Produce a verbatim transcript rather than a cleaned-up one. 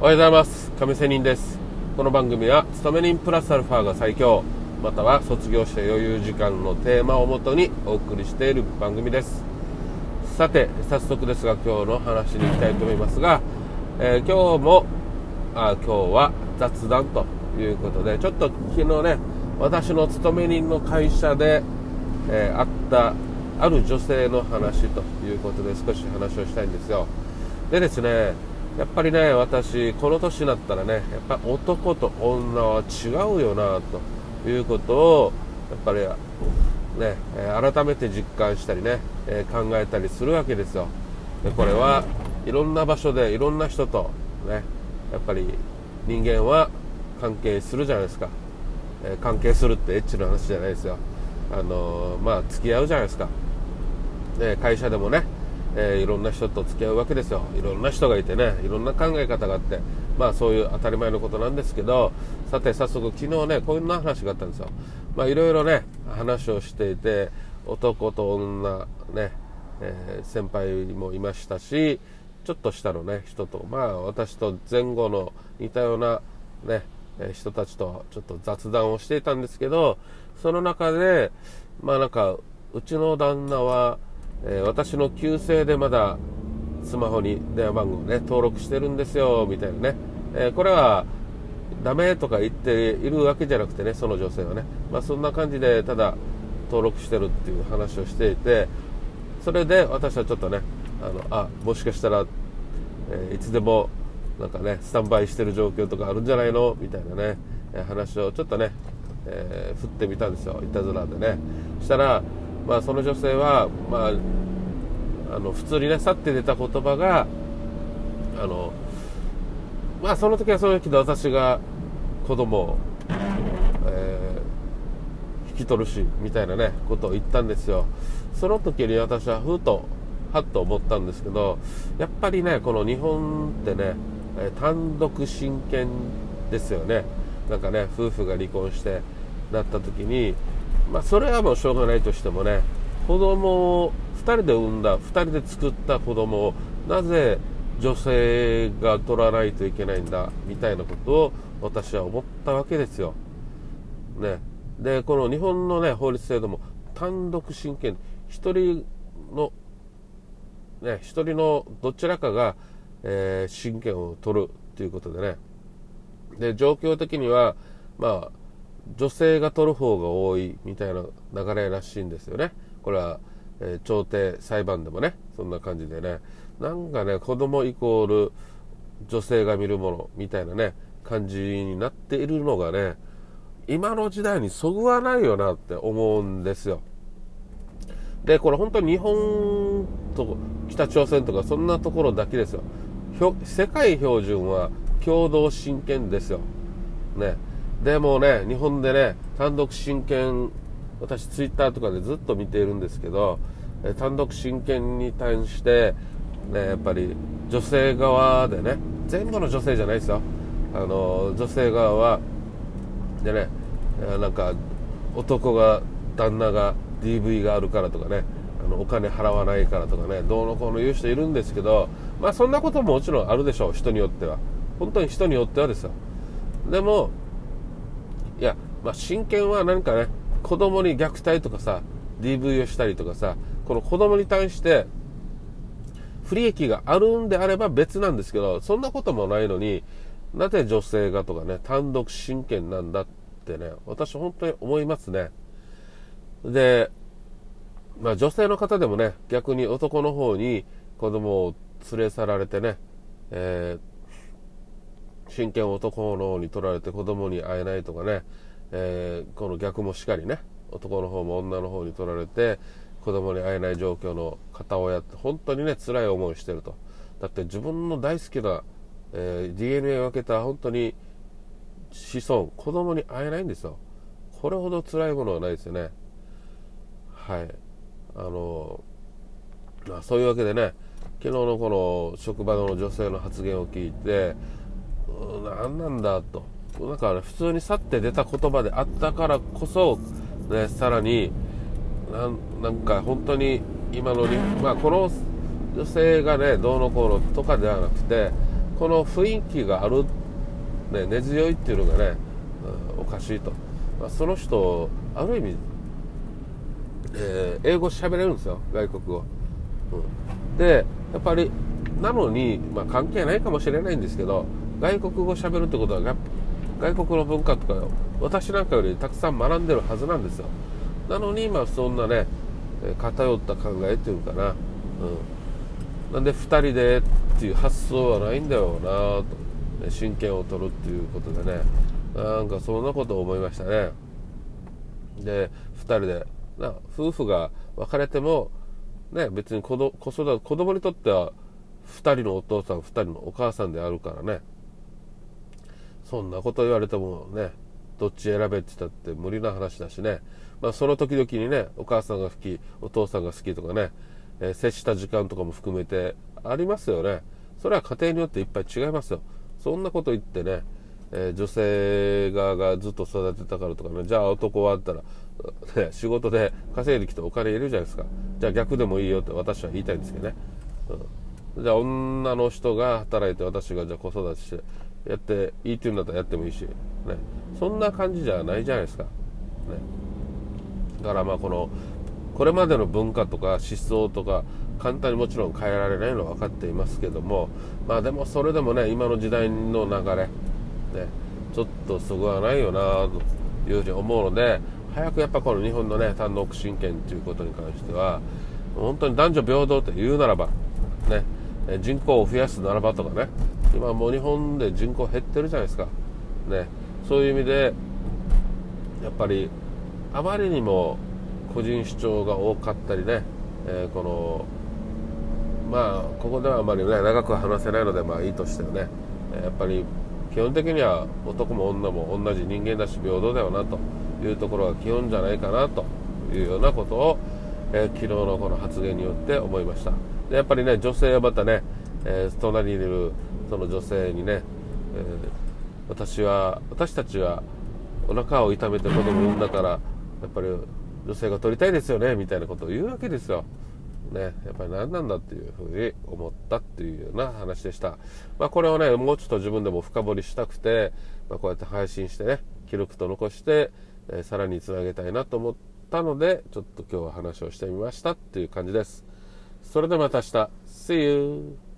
おはようございます。亀仙人です。この番組は勤め人プラスアルファが最強、または卒業して余裕時間のテーマをもとにお送りしている番組です。さて早速ですが今日の話に行きたいと思いますが、えー、今日もあ今日は雑談ということで、ちょっと昨日ね私の勤め人の会社で、えー、あったある女性の話ということで少し話をしたいんですよ。でですね、やっぱりね私この年になったらねやっぱ男と女は違うよなということをやっぱりね改めて実感したりね考えたりするわけですよ。でこれはいろんな場所でいろんな人とねやっぱり人間は関係するじゃないですか。え関係するってエッチな話じゃないですよ。あのまあ付き合うじゃないですか。で会社でもねえー、いろんな人と付き合うわけですよ。いろんな人がいてねいろんな考え方があって、まあそういう当たり前のことなんですけど、さて早速昨日ねこんな話があったんですよ。まあいろいろね話をしていて、男と女ね、えー、先輩もいましたし、ちょっと下のね人と、まあ私と前後の似たようなね人たちとちょっと雑談をしていたんですけど、その中でまあなんかうちの旦那はえー、私の旧姓でまだスマホに電話番号をね登録してるんですよみたいなね、えー、これはダメとか言っているわけじゃなくてね、その女性はね、まあ、そんな感じでただ登録してるっていう話をしていて、それで私はちょっとねあのあもしかしたら、えー、いつでもなんかねスタンバイしてる状況とかあるんじゃないのみたいなね、えー、話をちょっとね、えー、振ってみたんですよ、いたずらでね。そしたらまあ、その女性は、まあ、あの普通にね去って出た言葉があの、まあ、その時はその時で私が子供を、えー、引き取るしみたいなねことを言ったんですよ。その時に私はふとはっと思ったんですけど、やっぱりねこの日本ってね単独親権ですよね。なんかね夫婦が離婚してなった時に、まあ、それはもうしょうがないとしてもね、子供をふたりで産んだふたりで作った子供をなぜ女性が取らないといけないんだみたいなことを私は思ったわけですよ、ね、でこの日本の、ね、法律制度も単独親権、一人のね一人のどちらかが、えー、親権を取るということでね、で状況的にはまあ女性が取る方が多いみたいな流れらしいんですよね。これは、えー、調停裁判でもねそんな感じでね、なんかね子供イコール女性が見るものみたいなね感じになっているのがね、今の時代にそぐわないよなって思うんですよ。でこれ本当に日本と北朝鮮とかそんなところだけですよ。世界標準は共同親権ですよね。でもね日本でね単独親権、私ツイッターとかでずっと見ているんですけど、単独親権に対してねやっぱり女性側でね、全部の女性じゃないですよ、あの女性側はでねなんか男が旦那が ディーブイ があるからとかね、あのお金払わないからとかねどうのこうの言う人いるんですけど、まあそんなことももちろんあるでしょう、人によっては。本当に人によってはですよ。でもいや、まあ、親権は何かね子供に虐待とかさ ディーブイ をしたりとかさ、この子供に対して不利益があるんであれば別なんですけど、そんなこともないのになぜ女性がとかね単独親権なんだってね私本当に思いますね。で、まあ、女性の方でもね逆に男の方に子供を連れ去られてね、えー親権を男の方に取られて子供に会えないとかね、えー、この逆もしかりね、男の方も女の方に取られて子供に会えない状況の片親って本当にね辛い思いしてると。だって自分の大好きな、えー、ディーエヌエー を分けた本当に子孫子供に会えないんですよ。これほど辛いものはないですよね。はい、あのまあ、そういうわけでね昨日のこの職場の女性の発言を聞いて、何なんだと、なんか、ね、普通に去って出た言葉であったからこそ、ね、さらにな ん, なんか本当に今のに、まあ、この女性がねどうのこうのとかではなくて、 この雰囲気がある、ね、根強いっていうのがね、うん、おかしいと、まあ、その人ある意味、えー、英語喋れるんですよ、外国語、うん、でやっぱりなのに、まあ、関係ないかもしれないんですけど、外国語喋るってことは外国の文化とか私なんかよりたくさん学んでるはずなんですよ。なのに今そんなね偏った考えっていうかな、うん、なんでふたりでっていう発想はないんだよなと、真剣を取るっていうことでね、なんかそんなことを思いましたね。でふたりでな夫婦が別れてもね、別に子ど子育て子供にとってはふたりのお父さんふたりのお母さんであるからね、そんなこと言われてもね、どっち選べって言ったって無理な話だしね、まあ、その時々にね、お母さんが好きお父さんが好きとかね、えー、接した時間とかも含めてありますよね。それは家庭によっていっぱい違いますよ。そんなこと言ってね、えー、女性側がずっと育てたからとかね、じゃあ男はあったら、ね、仕事で稼いできてお金いるじゃないですか。じゃあ逆でもいいよって私は言いたいんですけどね、うん、じゃあ女の人が働いて私がじゃあ子育てしてやっていいって言うんだったらやってもいいし、ね、そんな感じじゃないじゃないですか、ね、だからまあこのこれまでの文化とか思想とか簡単にもちろん変えられないのは分かっていますけども、まあでもそれでもね、今の時代の流れ、ね、ちょっとそぐわないよなというふうに思うので、早くやっぱこの日本のね単独親権ということに関しては本当に男女平等と言うならば、ね、人口を増やすならばとかね、今もう日本で人口減ってるじゃないですか、ね、そういう意味でやっぱりあまりにも個人主張が多かったりね、えー、このまあここではあまりね長く話せないのでまあいいとしてね、やっぱり基本的には男も女も同じ人間だし平等だよなというところが基本じゃないかなというようなことを、えー、昨日のこの発言によって思いました。でやっぱりね、女性はまたね、えー、隣にいるその女性にね、えー、私は私たちはお腹を痛めて子供を産んだからやっぱり女性が取りたいですよねみたいなことを言うわけですよ、ね、やっぱり何なんだっていうふうに思ったっていうような話でした。まあ、これをねもうちょっと自分でも深掘りしたくて、まあ、こうやって配信してね記録と残して、えー、さらにつなげたいなと思ったのでちょっと今日は話をしてみましたっていう感じです。それではまた明日 See you